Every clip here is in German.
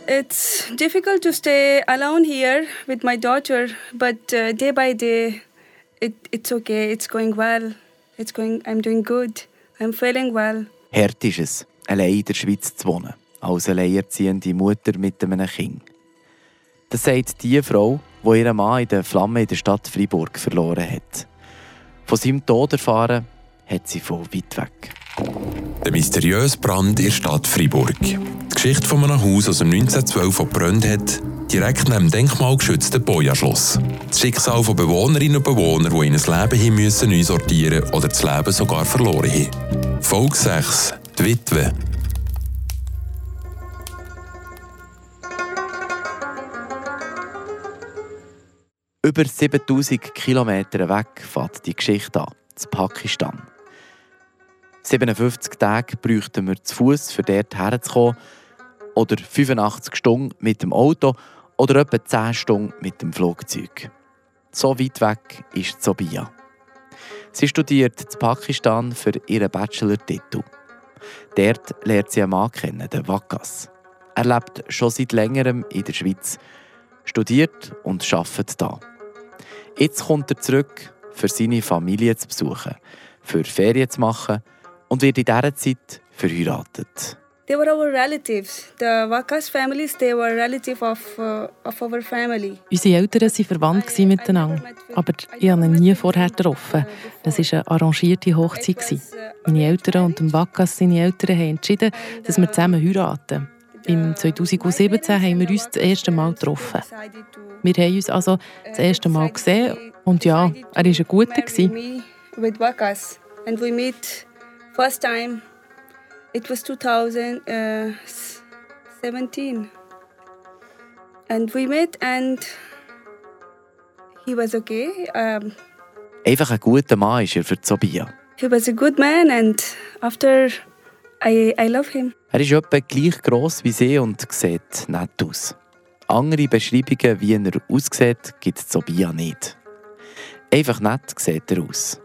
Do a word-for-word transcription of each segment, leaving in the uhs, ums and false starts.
It's difficult to stay alone here with my daughter, but uh, day by day, it, it's okay. It's going well. It's going. I'm doing good. I'm feeling well. Hart ist es, allein in der Schweiz zu wohnen, als alleinerziehende Mutter mit einem Kind. Das sagt die Frau, die ihren Mann in den Flammen in der Stadt Freiburg verloren hat. Von seinem Tod erfahren hat sie von weit weg. Der mysteriöse Brand in der Stadt Freiburg. Die Geschichte von einem Haus, das neunzehnhundertzwölf gebrannt hat, direkt neben dem denkmalgeschützten Boja-Schloss. Das Schicksal von Bewohnerinnen und Bewohnern, die in ein Leben hin müssen neu sortieren oder das Leben sogar verloren haben. Folge sechs. Die Witwe. Über siebentausend Kilometer weg fängt die Geschichte an, in Pakistan. siebenundfünfzig Tage bräuchten wir zu Fuß, um dort herzukommen, oder fünfundachtzig Stunden mit dem Auto oder etwa zehn Stunden mit dem Flugzeug. So weit weg ist Sobia. Sie studiert in Pakistan für ihren Bachelor-Titel. Dort lernt sie einen Mann kennen, den Waqas. Er lebt schon seit längerem in der Schweiz, studiert und arbeitet hier. Jetzt kommt er zurück, für seine Familie zu besuchen, für Ferien zu machen und wird in dieser Zeit verheiratet. They were our relatives. The Waqas families, they were relative of, uh, of our family. Unsere Eltern waren verwandt miteinander, aber ich habe ihn nie vorher getroffen. Es war eine arrangierte Hochzeit. Meine Eltern und dem Waqas, seine Eltern, haben entschieden, dass wir zusammen heiraten. Im zweitausendsiebzehn haben wir uns das erste Mal getroffen. Wir haben uns also das erste Mal gesehen und ja, er war ein guter. With Waqas. And we meet first time. It was twenty seventeen. And we met and he was okay. Um, Einfach ein guter Mann ist er für Sobia. He was a good man and after I, I love him. Er ist etwa gleich gross wie sie und sieht nett aus. Andere Beschreibungen, wie er aussieht, gibt es Sobia nicht. Einfach nett sieht er aus.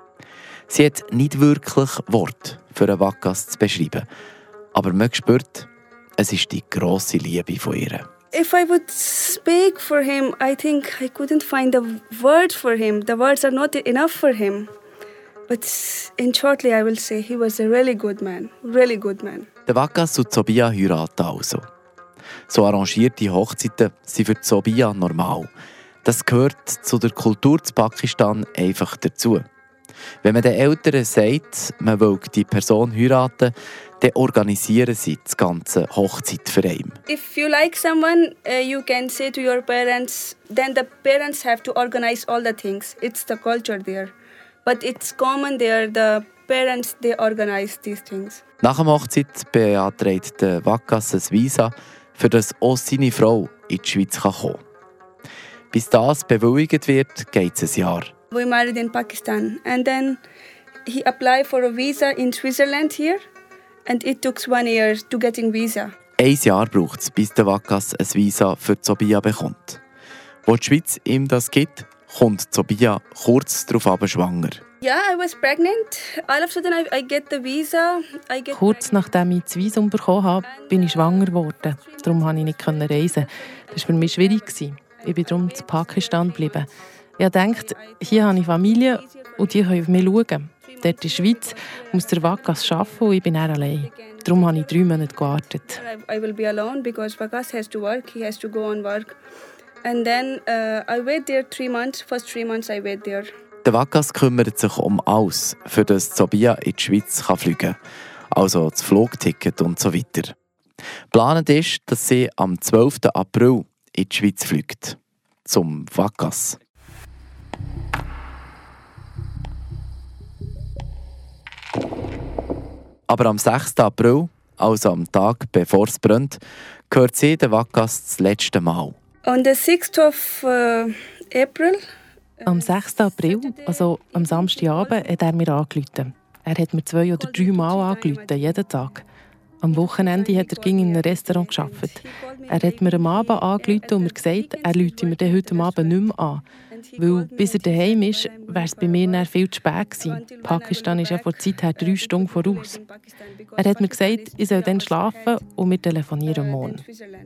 Sie hat nicht wirklich Worte für einen Waqas zu beschreiben. Aber man spürt, es ist die grosse Liebe von ihr. If I would speak for him, I think I couldn't find a word for him. The words are not enough for him. But in shortly I will say he was a really good man. Really good man. Der Waqas und Sobia heiraten also. So arrangierte Hochzeiten sind für Sobia normal. Das gehört zu der Kultur zu Pakistan einfach dazu. Wenn man den Eltern sagt, man will die Person heiraten, dann organisieren sie das ganze Hochzeit für ihn. If you like someone, uh, you can say to your parents, then the parents have to organize all the things. It's the culture there. But it's common there, the parents, they organize these things. Nach der Hochzeit beantragt der Waqas ein Visa, für das auch seine Frau in die Schweiz kommen kann. Bis das bewilligt wird, geht es ein Jahr. We married in Pakistan and then he applied for a visa in Switzerland here and it took one year to getting visa. Ein Jahr braucht es, bis der Waqas ein Visa für Sobia bekommt. Wo die Schweiz ihm das gibt, kommt Sobia kurz darauf schwanger. Yeah, I was pregnant. All of a sudden I, I get the visa. I get Kurz nachdem ich das Visum bekommen habe, bin ich schwanger geworden. Darum konnte ich nicht reisen. Das war für mich schwierig. Ich bin darum in Pakistan geblieben. Ich dachte, hier habe ich Familie und die können auf mich schauen. Dort in der Schweiz muss der Waqas arbeiten und ich bin dann allein. Darum habe ich drei Monate gewartet. I will be alone because Waqas has to work. He has to go on work. And then uh, I wait there three months. First three months I wait there. Der Waqas kümmert sich um alles, für das Sobia in die Schweiz fliegen kann. Also das Flugticket und so weiter. Geplant ist, dass sie am zwölften April in die Schweiz fliegt. Zum Waqas. Aber am sechsten April, also am Tag bevor es brennt, hört sie den Waqas das letzte Mal. On the sixth of uh, April. Am sechsten April, also am Samstagabend, hat er mir angerufen. Er hat mir zwei oder drei Mal angerufen, jeden Tag. Am Wochenende hat er in einem Restaurant gearbeitet. Er hat mir am Abend angerufen und mir gesagt, er rufe mir dann heute Abend nicht mehr an. Weil bis er daheim ist, wäre es bei mir dann viel zu spät gewesen. Pakistan ist ja von der Zeit her drei Stunden voraus. Er hat mir gesagt, ich soll dann schlafen und wir telefonieren morgen.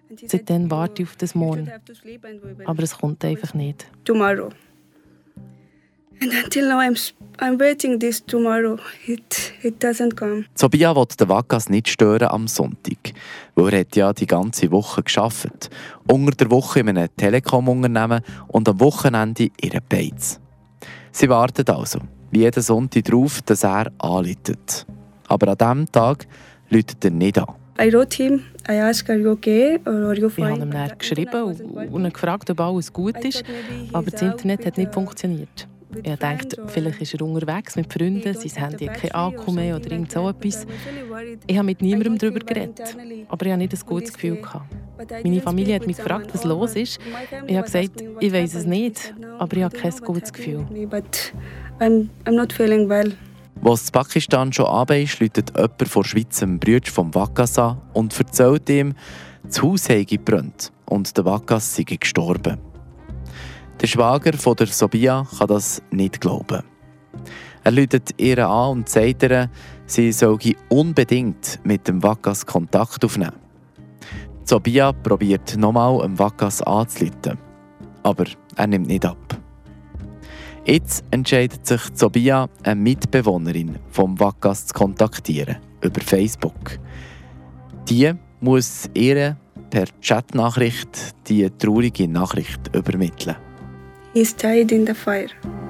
Seitdem warte ich auf das Morgen. Aber es kommt einfach nicht. Tomorrow. And until now I'm, I'm waiting this tomorrow. It, it doesn't come. Sobia will den Vakas nicht stören am Sonntag, weil er hat ja die ganze Woche gearbeitet. Unter der Woche in einem Telekom-Unternehmen und am Wochenende in einer Beiz. Sie wartet also, wie jeden Sonntag darauf, dass er anruft. Aber an diesem Tag ruft er nicht an. I wrote him. I asked, are you okay or are you Ich fine? habe ihm dann geschrieben und ihn gefragt, ob alles gut ist. Aber das Internet hat nicht funktioniert. Ich dachte, vielleicht ist er unterwegs mit Freunden, sein Handy hat keinen Akku mehr oder irgend so etwas. Ich habe mit niemandem darüber geredet, aber ich hatte nicht ein gutes Gefühl gehabt. Meine Familie hat mich gefragt, was los ist. Ich habe gesagt, ich weiß es nicht, aber ich habe kein gutes Gefühl. But I'm, I'm not feeling well. Als in Pakistan schon Abend ist, läutet jemand von der Schweiz dem Bruder vom Vakas an und erzählt ihm, das Haus sei gebrannt und der Vakas sei gestorben. Der Schwager von der Sobia kann das nicht glauben. Er läutet ihr an und sagt ihr, sie solle unbedingt mit dem Vakas Kontakt aufnehmen. Sobia probiert nochmal, dem Vakas anzurufen, aber er nimmt nicht ab. Jetzt entscheidet sich Sobia, eine Mitbewohnerin vom Vakas zu kontaktieren, über Facebook. Die muss ihr per Chatnachricht die traurige Nachricht übermitteln. He's died in the fire.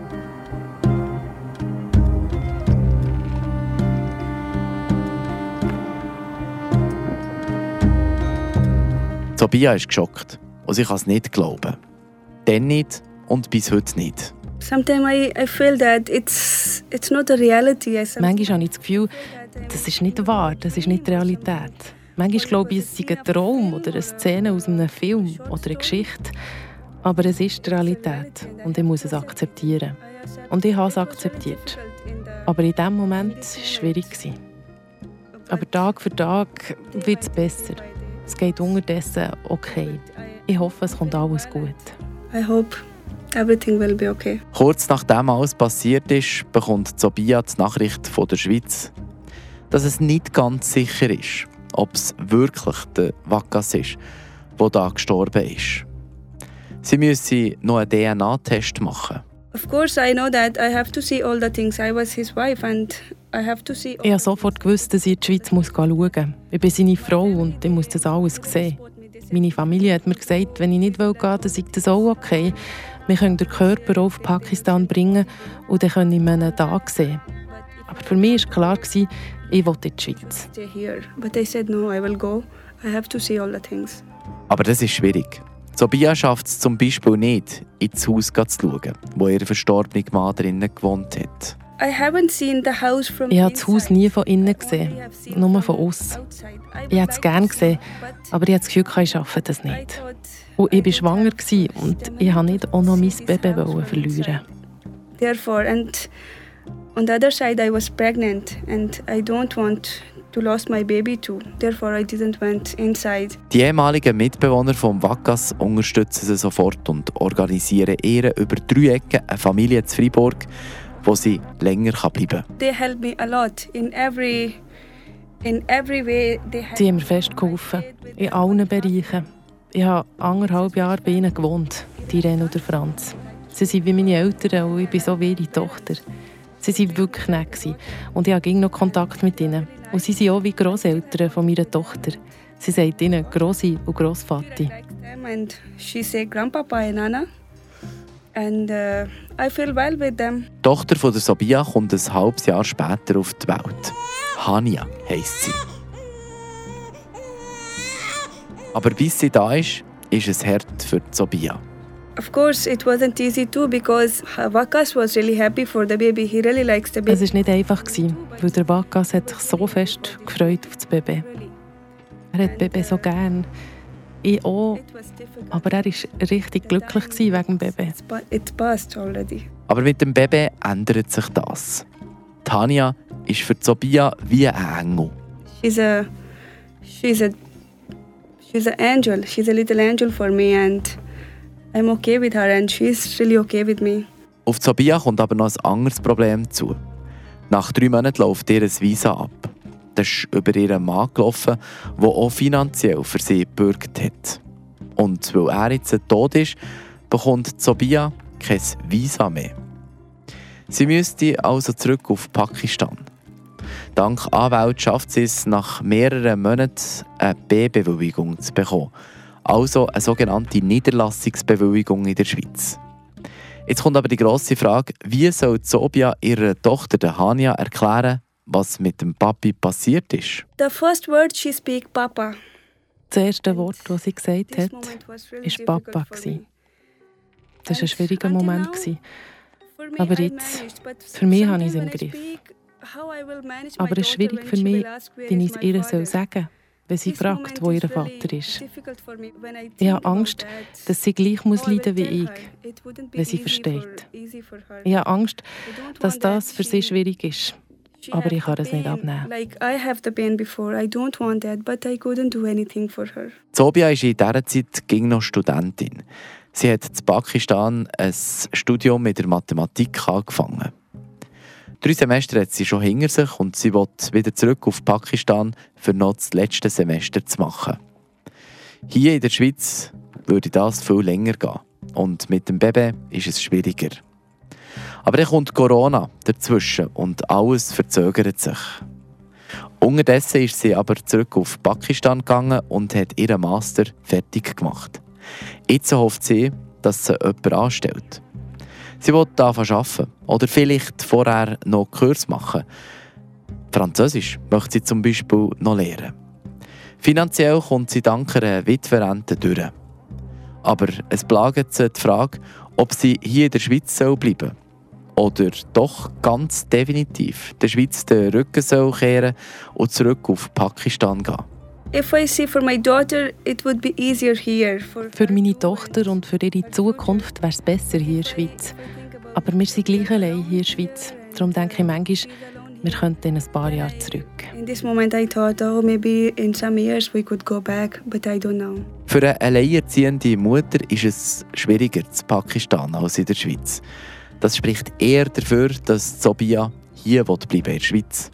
Sobia ist geschockt und sie kann es nicht glauben. Dann nicht und bis heute nicht. Sometimes I, I feel that it's, it's not a reality. I Manchmal habe ich das Gefühl, das ist nicht wahr, das ist nicht die Realität. Manchmal glaube ich, es sei ein Traum oder eine Szene aus einem Film oder eine Geschichte. Aber es ist die Realität und ich muss es akzeptieren. Und ich habe es akzeptiert. Aber in diesem Moment war es schwierig. Aber Tag für Tag wird es besser. Es geht unterdessen okay. Ich hoffe, es kommt alles gut. I hope everything will be okay. Kurz nachdem alles passiert ist, bekommt Sobia die Nachricht von der Schweiz, dass es nicht ganz sicher ist, ob es wirklich der Vakas ist, der da gestorben ist. Sie müssen noch einen D N A-Test machen. Of course, I know that I have to see all the things. I was his wife and I have to see. Ich habe sofort gewusst, dass ich in die Schweiz schauen muss. Ich bin seine Frau und ich muss das alles sehen. Meine Familie hat mir gesagt, wenn ich nicht gehen will, dann sei das auch okay. Wir können den Körper auf Pakistan bringen und dann können wir ihn einen Tag sehen. Aber für mich war klar, ich will in die Schweiz. Stay here, but I said no. I will go. I have to see all the things. Aber das ist schwierig. Sobia schafft es zum Beispiel nicht, ins Haus zu schauen, wo ihre verstorbene Mann drinnen gewohnt hat. I haven't seen the house from Ich habe das Haus nie von innen gesehen, nur von außen. Ich hätte es gerne gesehen, aber ich hatte das Gefühl, ich schaffe das nicht. Und ich war schwanger und ich wollte nicht auch noch mein Baby verlieren. Therefore, and on the other side, I was pregnant, and I don't want to lose my baby too. Therefore, I didn't went inside. Die ehemaligen Mitbewohner vom Vakas unterstützen sie sofort und organisieren ihr über drei Ecken eine Familie in Freiburg, wo sie länger bleiben kann. They helped me a lot in every, in every way. They Sie haben mir fest geholfen, in allen Bereichen. Ich habe anderthalb Jahre bei ihnen gewohnt, die Irene und der Franz. Sie sind wie meine Eltern und ich bin so wie ihre Tochter. Sie waren wirklich nett und ich habe immer noch Kontakt mit ihnen. Und sie sind auch wie Grosseltern von meiner Tochter. Sie sagt ihnen Grossi und Grossvati. And she said Grandpapa and Nana. And uh, I feel well with them. Die Tochter von der Sobia kommt ein halbes Jahr später auf die Welt. Hania heisst sie. Aber bis sie da ist, ist es hart für die Sobia. Of course, it wasn't easy too because Vakas was really happy for the baby. He really likes the baby. Es war nicht einfach, weil der Vakas hat sich so fest gefreut auf das Baby. Er hat das Baby so gern. Ich auch. Aber er war richtig glücklich wegen dem Baby. It passed already. Aber mit dem Baby ändert sich das. Tanja ist für Sobia wie ein Engel. She's a, she's a, she's an angel. She's a little angel for me and I'm okay with her and she's really okay with me. Auf Sobia kommt aber noch ein anderes Problem zu. Nach drei Monaten läuft ihr ein Visa ab. Das ist über ihren Mann gelaufen, der auch finanziell für sie gebürgt hat. Und weil er jetzt tot ist, bekommt Zobia kein Visa mehr. Sie müsste also zurück auf Pakistan. Dank Anwalt schafft sie es, nach mehreren Monaten eine B-Bewilligung zu bekommen. Also eine sogenannte Niederlassungsbewilligung in der Schweiz. Jetzt kommt aber die grosse Frage, wie soll Zobia ihrer Tochter der Hania erklären, was mit dem Papi passiert ist? The first word she speak, Papa. Das erste Wort, das sie gesagt This hat, moment was really war difficult Papa. for me. Das war ein schwieriger Until Moment. now, for me, Aber I jetzt, managed, but für mich habe ich es im sometimes when I Griff. speak, how I will manage my Aber es ist daughter schwierig when für she mich, will ask, where wie is ich es my ihr father? soll sagen soll, wenn sie This fragt, moment wo is ihr really Vater ist. difficult for me. When I Ich think habe about Angst, that, dass sie gleich muss how I will leiden wie tell ich, her, it wouldn't be wenn sie easy versteht. for- easy for her. Ich habe Angst, I don't dass want das that für sie she- schwierig ist. she aber have ich kann the es nicht pain. abnehmen. Like I have the pain before. I don't want that, but I couldn't do anything for her. Zobia ist in dieser Zeit ging noch Studentin. Sie hat in Pakistan ein Studium mit der Mathematik angefangen. Drei Semester hat sie schon hinter sich und sie will wieder zurück auf Pakistan, für noch das letzte Semester zu machen. Hier in der Schweiz würde das viel länger gehen. Und mit dem Baby ist es schwieriger. Aber dann kommt Corona dazwischen und alles verzögert sich. Unterdessen ist sie aber zurück auf Pakistan gegangen und hat ihren Master fertig gemacht. Jetzt hofft sie, dass sie jemanden anstellt. Sie will anfangen zu arbeiten oder vielleicht vorher noch Kurs machen. Französisch möchte sie zum Beispiel noch lernen. Finanziell kommt sie dank einer Witwerrente durch. Aber es plagt sie die Frage, ob sie hier in der Schweiz bleiben soll. Oder doch ganz definitiv der Schweiz den Rücken soll kehren und zurück auf Pakistan gehen. If I see for my daughter, it would be easier here. For Für meine Tochter und für ihre Zukunft wäre es besser hier in der Schweiz. Aber wir sind gleich allein hier in der Schweiz. Darum denke ich manchmal, wir könnten in ein paar Jahre zurück. In this moment I thought, oh, maybe in some years we could go back, but I don't know. Für eine alleinerziehende Mutter ist es schwieriger in Pakistan als in der Schweiz. Das spricht eher dafür, dass Zobia hier bleiben in der Schweiz.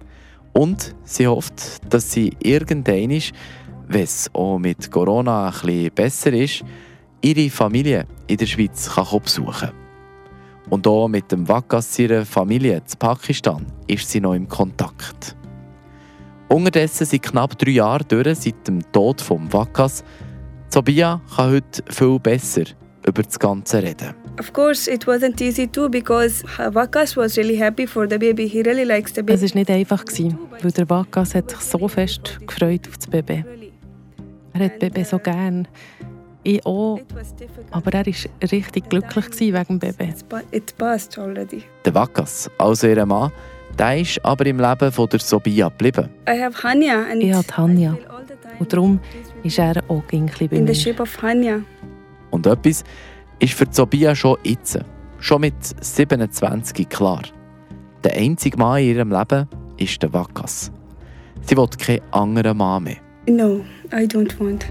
Und sie hofft, dass sie irgendwann, wenn es auch mit Corona ein bisschen besser ist, ihre Familie in der Schweiz kann besuchen kann. Und auch mit dem Waqas ihrer Familie in Pakistan ist sie noch im Kontakt. Unterdessen sind knapp drei Jahre durch seit dem Tod von Waqas. Zobia kann heute viel besser über das Ganze reden. Of course, it wasn't easy too because Waqas was really happy for the baby. He really likes the baby. Es war nicht einfach, weil der Waqas hat sich so fest gefreut auf das Baby. Er hat das Baby so gern. Ich auch. It was difficult. Aber er war richtig glücklich wegen dem Baby. It's pa- It passed already. Der Waqas, also ihr Mann, der ist aber im Leben von der Zobia geblieben. I have Hania and Ich habe Hania. I feel all the time Und darum this ist er auch ein bisschen bei in the mir. shape of Hania. Und etwas ist für Zobia schon jetzt, schon mit siebenundzwanzig klar. Der einzige Mann in ihrem Leben ist der Waqas. Sie will keinen anderen Mann mehr. No, I don't want.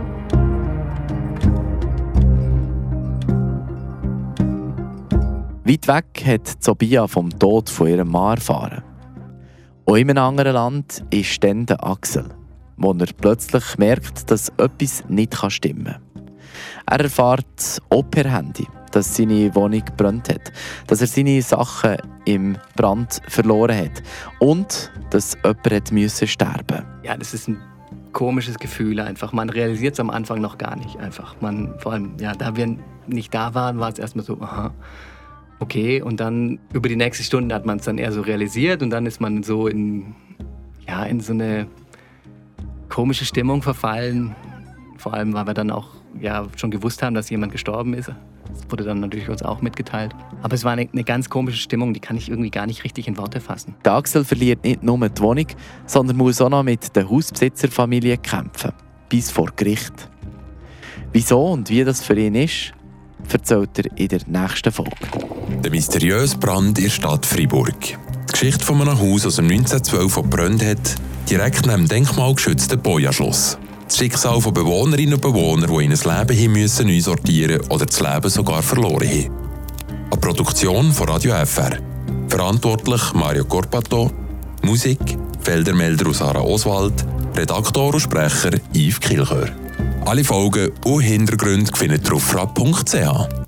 Weit weg hat Zobia vom Tod von ihrem Mann erfahren. Auch in einem anderen Land ist dann der Axel, wo er plötzlich merkt, dass etwas nicht stimmen kann. Er erfährt auch per Handy, dass seine Wohnung gebrannt hat, dass er seine Sachen im Brand verloren hat und dass jemand hat müssen sterben. Ja, das ist ein komisches Gefühl einfach. Man realisiert es am Anfang noch gar nicht einfach. Man, vor allem, ja, da wir nicht da waren, war es erstmal so, aha, okay. Und dann über die nächste Stunde hat man es dann eher so realisiert und dann ist man so in, ja, in so eine komische Stimmung verfallen. Vor allem, weil wir dann auch ja, schon gewusst haben, dass jemand gestorben ist. Das wurde dann natürlich uns auch mitgeteilt. Aber es war eine, eine ganz komische Stimmung, die kann ich irgendwie gar nicht richtig in Worte fassen. Der Axel verliert nicht nur die Wohnung, sondern muss auch noch mit der Hausbesitzerfamilie kämpfen. Bis vor Gericht. Wieso und wie das für ihn ist, erzählt er in der nächsten Folge. Der mysteriöse Brand in der Stadt Freiburg. Die Geschichte von einem Haus aus dem neunzehnhundertzwölf, das gebrannt hat, direkt neben dem denkmalgeschützten Boja-Schloss. Das Schicksal von Bewohnerinnen und Bewohnern, die in ein Leben hin müssen neu sortieren oder das Leben sogar verloren haben. Eine Produktion von Radio F R. Verantwortlich Mario Corpato. Musik Feldermelder und Sarah Oswald, Redaktor und Sprecher Yves Kilchör. Alle Folgen und Hintergründe findet ihr auf frapp punkt c h.